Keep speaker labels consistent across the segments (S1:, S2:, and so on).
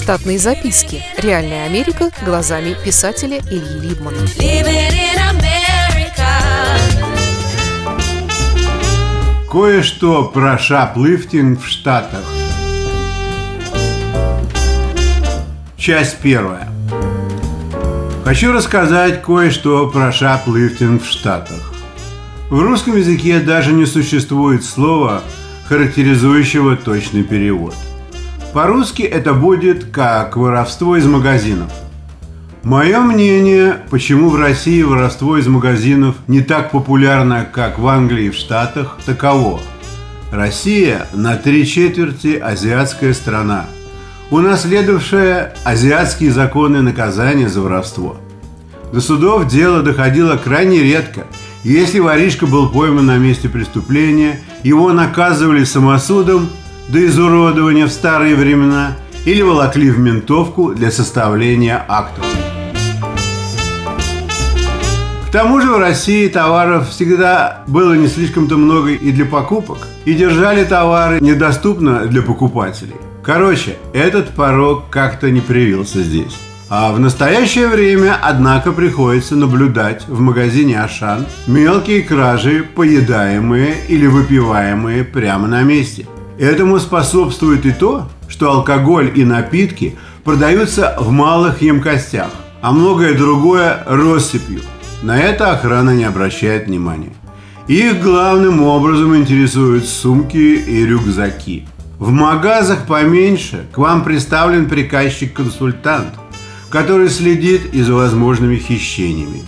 S1: Штатные записки. Реальная Америка глазами писателя Ильи Либмана.
S2: Кое-что про шаплифтинг в Штатах. Часть первая. Хочу рассказать кое-что про шаплифтинг в Штатах. В русском языке даже не существует слова, характеризующего точный перевод. По-русски это будет как воровство из магазинов. Мое мнение, почему в России воровство из магазинов не так популярно, как в Англии и в Штатах, таково. Россия на 3/4 азиатская страна, унаследовавшая азиатские законы наказания за воровство. До судов дело доходило крайне редко. Если воришка был пойман на месте преступления, его наказывали самосудом до изуродования в старые времена или волокли в ментовку для составления актов. К тому же в России товаров всегда было не слишком-то много и для покупок, и держали товары недоступно для покупателей. Короче, этот порог как-то не привился здесь. А в настоящее время, однако, приходится наблюдать в магазине «Ашан» мелкие кражи, поедаемые или выпиваемые прямо на месте. Этому способствует и то, что алкоголь и напитки продаются в малых емкостях, а многое другое россыпью. На это охрана не обращает внимания. Их главным образом интересуют сумки и рюкзаки. В магазах поменьше к вам представлен приказчик-консультант, который следит и за возможными хищениями.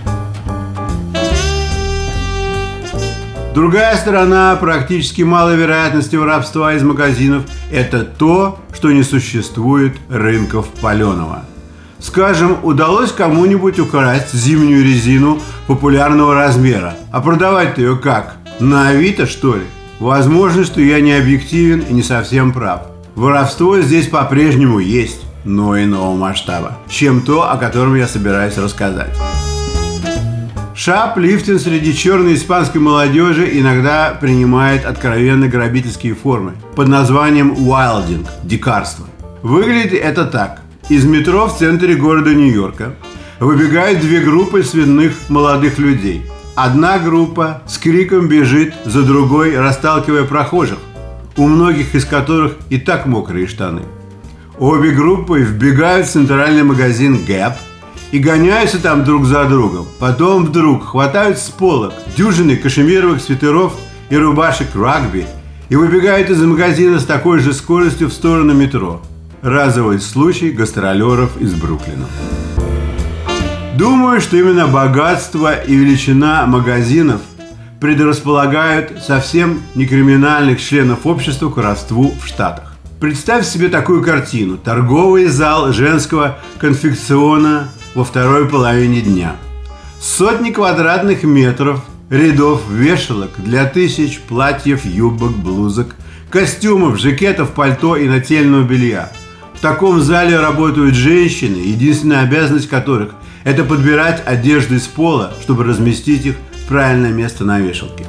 S2: Другая сторона практически малой вероятности воровства из магазинов – это то, что не существует рынков паленого. Скажем, удалось кому-нибудь украсть зимнюю резину популярного размера, а продавать-то ее как? На Авито, что ли? Возможно, что я не объективен и не совсем прав. Воровство здесь по-прежнему есть, но иного масштаба, чем то, о котором я собираюсь рассказать. Шаплифтинг среди черной испанской молодежи иногда принимает откровенно грабительские формы под названием «уайлдинг» – дикарство. Выглядит это так. Из метро в центре города Нью-Йорка выбегают две группы свиных молодых людей. Одна группа с криком бежит за другой, расталкивая прохожих, у многих из которых и так мокрые штаны. Обе группы вбегают в центральный магазин Gap и гоняются там друг за другом. Потом вдруг хватают с полок дюжины кашемировых свитеров и рубашек рагби и выбегают из магазина с такой же скоростью в сторону метро. Разовый случай гастролеров из Бруклина. Думаю, что именно богатство и величина магазинов предрасполагают совсем некриминальных членов общества к воровству в Штатах. Представь себе такую картину. Торговый зал женского конфекциона во второй половине дня. Сотни квадратных метров, рядов вешалок для тысяч платьев, юбок, блузок, костюмов, жакетов, пальто и нательного белья. В таком зале работают женщины, единственная обязанность которых – это подбирать одежду из пола, чтобы разместить их в правильное место на вешалке.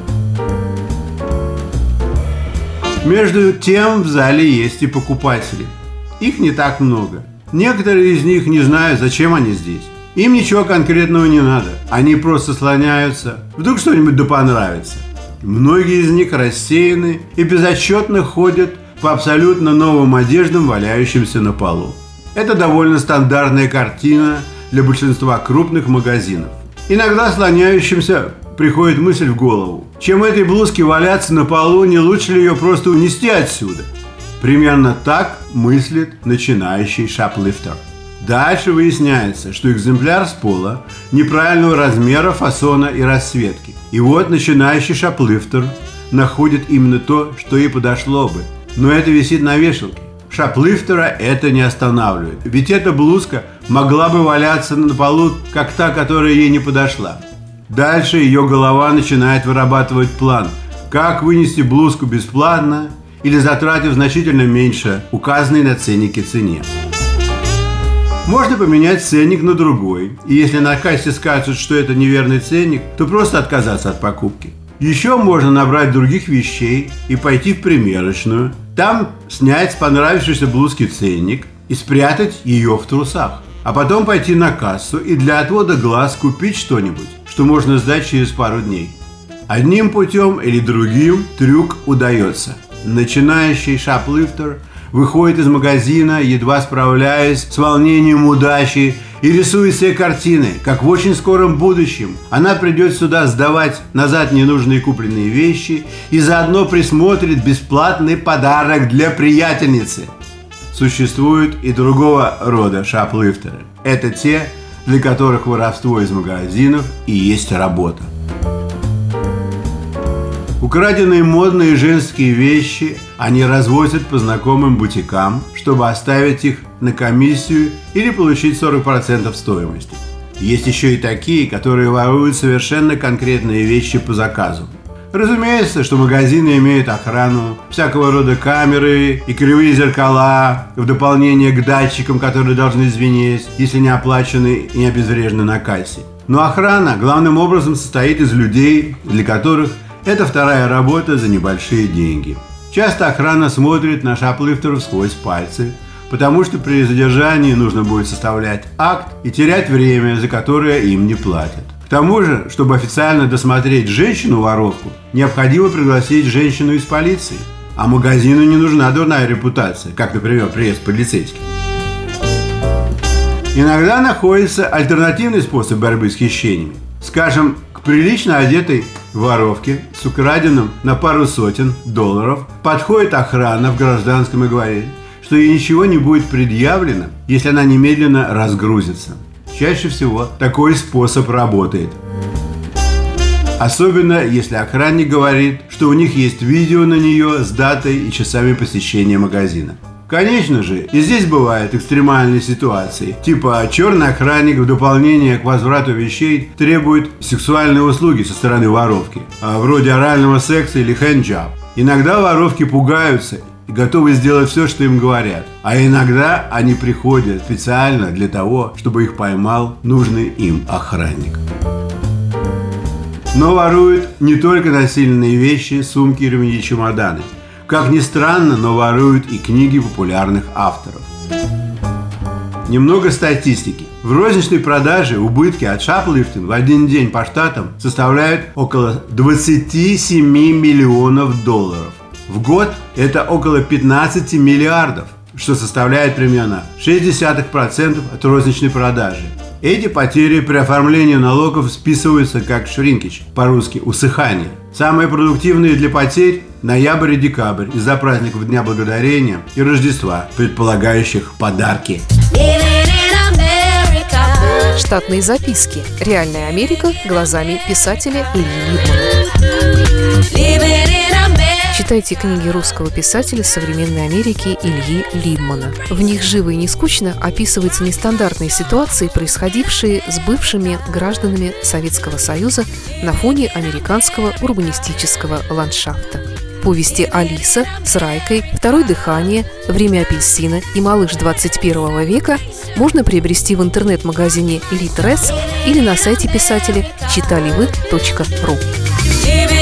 S2: Между тем в зале есть и покупатели. Их не так много. Некоторые из них не знают, зачем они здесь. Им ничего конкретного не надо. Они просто слоняются. Вдруг что-нибудь да понравится. Многие из них рассеяны и безотчетно ходят по абсолютно новым одеждам, валяющимся на полу. Это довольно стандартная картина для большинства крупных магазинов. Иногда слоняющимся приходит мысль в голову: чем этой блузке валяться на полу, не лучше ли ее просто унести отсюда? Примерно так мыслит начинающий шаплифтер. Дальше выясняется, что экземпляр с пола неправильного размера, фасона и расцветки. И вот начинающий шаплифтер находит именно то, что ей подошло бы. Но это висит на вешалке. Шаплифтера это не останавливает. Ведь эта блузка могла бы валяться на полу, как та, которая ей не подошла. Дальше ее голова начинает вырабатывать план, как вынести блузку бесплатно или затратив значительно меньше указанной на ценнике цене. Можно поменять ценник на другой, и если на кассе скажут, что это неверный ценник, то просто отказаться от покупки. Еще можно набрать других вещей и пойти в примерочную, там снять с понравившейся блузки ценник, и спрятать ее в трусах. А потом пойти на кассу и для отвода глаз купить что-нибудь, что можно сдать через пару дней. Одним путем или другим трюк удается. Начинающий шоплифтер выходит из магазина, едва справляясь с волнением удачи, и рисует себе картины, как в очень скором будущем она придет сюда сдавать назад ненужные купленные вещи и заодно присмотрит бесплатный подарок для приятельницы. Существуют и другого рода шоплифтеры. Это те, для которых воровство из магазинов и есть работа. Украденные модные женские вещи они развозят по знакомым бутикам, чтобы оставить их на комиссию или получить 40% стоимости. Есть еще и такие, которые воруют совершенно конкретные вещи по заказу. Разумеется, что магазины имеют охрану, всякого рода камеры и кривые зеркала, в дополнение к датчикам, которые должны звенеть, если не оплачены и не обезврежены на кассе. Но охрана главным образом состоит из людей, для которых это вторая работа за небольшие деньги. Часто охрана смотрит на шоплифтеров сквозь пальцы, потому что при задержании нужно будет составлять акт и терять время, за которое им не платят. К тому же, чтобы официально досмотреть женщину-воровку, необходимо пригласить женщину из полиции. А магазину не нужна дурная репутация, как, например, приезд полицейских. Иногда находится альтернативный способ борьбы с хищениями. Скажем, к прилично одетой воровке с украденным на пару сотен долларов подходит охрана в гражданском и говорит, что ей ничего не будет предъявлено, если она немедленно разгрузится. Чаще всего такой способ работает. Особенно, если охранник говорит, что у них есть видео на нее с датой и часами посещения магазина. Конечно же, и здесь бывают экстремальные ситуации, типа черный охранник в дополнение к возврату вещей требует сексуальные услуги со стороны воровки, вроде орального секса или хэнджаб. Иногда воровки пугаются и готовы сделать все, что им говорят, а иногда они приходят специально для того, чтобы их поймал нужный им охранник. Но воруют не только насильные вещи, сумки, ремни и чемоданы. Как ни странно, но воруют и книги популярных авторов. Немного статистики. В розничной продаже убытки от шоплифтинга в один день по штатам составляют около 27 миллионов долларов. В год это около 15 миллиардов, что составляет примерно 0,6% от розничной продажи. Эти потери при оформлении налогов списываются как shrinkage, по-русски усыхание. Самые продуктивные для потерь – ноябрь и декабрь из-за праздников Дня Благодарения и Рождества, предполагающих подарки.
S1: Штатные записки. Реальная Америка глазами писателя Ильи Либмана. Читайте книги русского писателя современной Америки Ильи Либмана. В них живо и не скучно описываются нестандартные ситуации, происходившие с бывшими гражданами Советского Союза на фоне американского урбанистического ландшафта. Повести «Алиса» с Райкой, «Второе дыхание», «Время апельсина» и «Малыш 21 века» можно приобрести в интернет-магазине Литрес или на сайте писателя читаливы.ру.